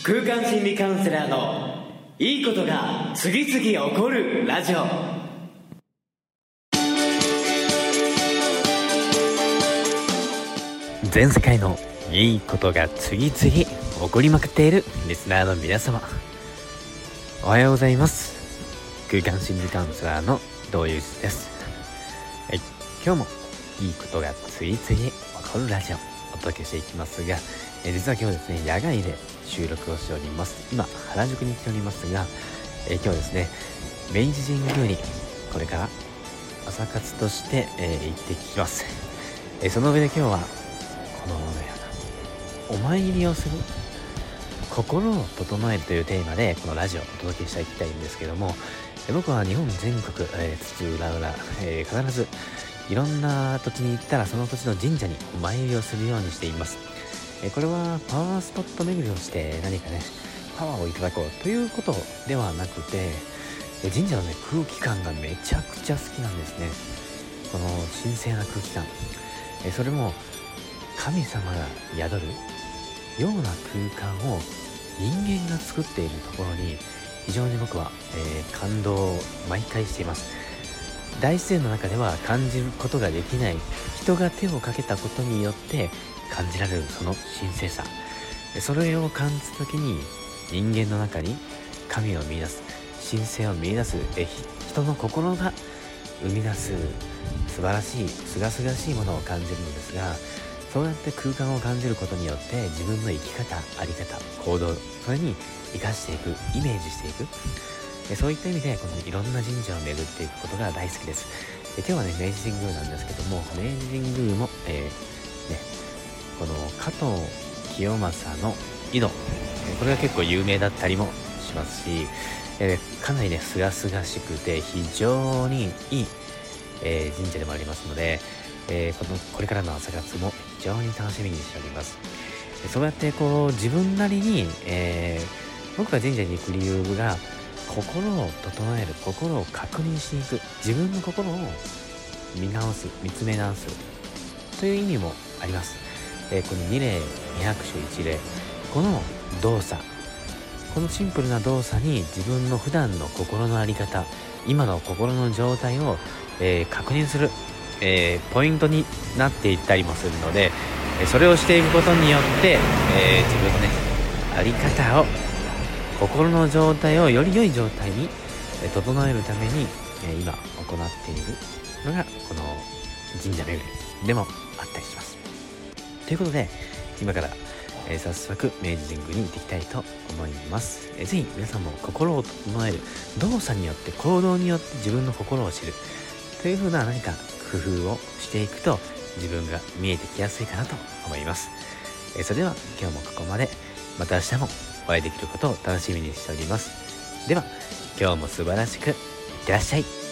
空間心理カウンセラーのいいことが次々起こるラジオ。全世界のいいことが次々起こりまくっているリスナーの皆様、おはようございます。空間心理カウンセラーの道祐です。今日もいいことが次々起こるラジオをお届けしていきますが、実は今日ですね、野外で収録をしております。今原宿に来ておりますが、今日ですね、明治神宮にこれから朝活として、行ってきます。その上で今日はこのようなお参りをする、心を整えるというテーマでこのラジオをお届けしていきたいんですけども、僕は日本全国、津々浦々、必ずいろんな土地に行ったらその土地の神社にお参りをするようにしています。これはパワースポット巡りをして何かね、パワーをいただこうということではなくて、神社のね、空気感がめちゃくちゃ好きなんですね。この神聖な空気感、それも神様が宿るような空間を人間が作っているところに非常に僕は、感動を毎回しています。大自然の中では感じることができない、人が手をかけたことによって感じられるその神聖さ、それを感じた時に人間の中に神を見出す、神聖を見出す、人の心が生み出す素晴らしい清々しいものを感じるのですが、そうやって空間を感じることによって自分の生き方、あり方、行動、それに生かしていく、イメージしていく、そういった意味でこのいろんな神社を巡っていくことが大好きです。今日はね、明治神宮なんですけども、明治神宮も、この加藤清正の井戸、これが結構有名だったりもしますし、かなりね、清々しくて非常にいい、神社でもありますので、これからの朝活も非常に楽しみにしております。そうやってこう自分なりに、僕が神社に行く理由が、心を整える、心を確認していく、自分の心を見直す、見つめ直すという意味もあります。この二礼二拍手一礼、この動作、このシンプルな動作に自分の普段の心の在り方、今の心の状態を、確認する、ポイントになっていったりもするので、それをしていくことによって、自分のね、在り方を、心の状態をより良い状態に整えるために、今行っているのがこの神社巡りでもあったりします。ということで今から、早速明治神宮に行っていきたいと思います。ぜひ皆さんも心を整える動作によって、行動によって自分の心を知るというふうな何か工夫をしていくと自分が見えてきやすいかなと思います。それでは今日もここまで。また明日もお会いできることを楽しみにしております。では今日も素晴らしくいってらっしゃい。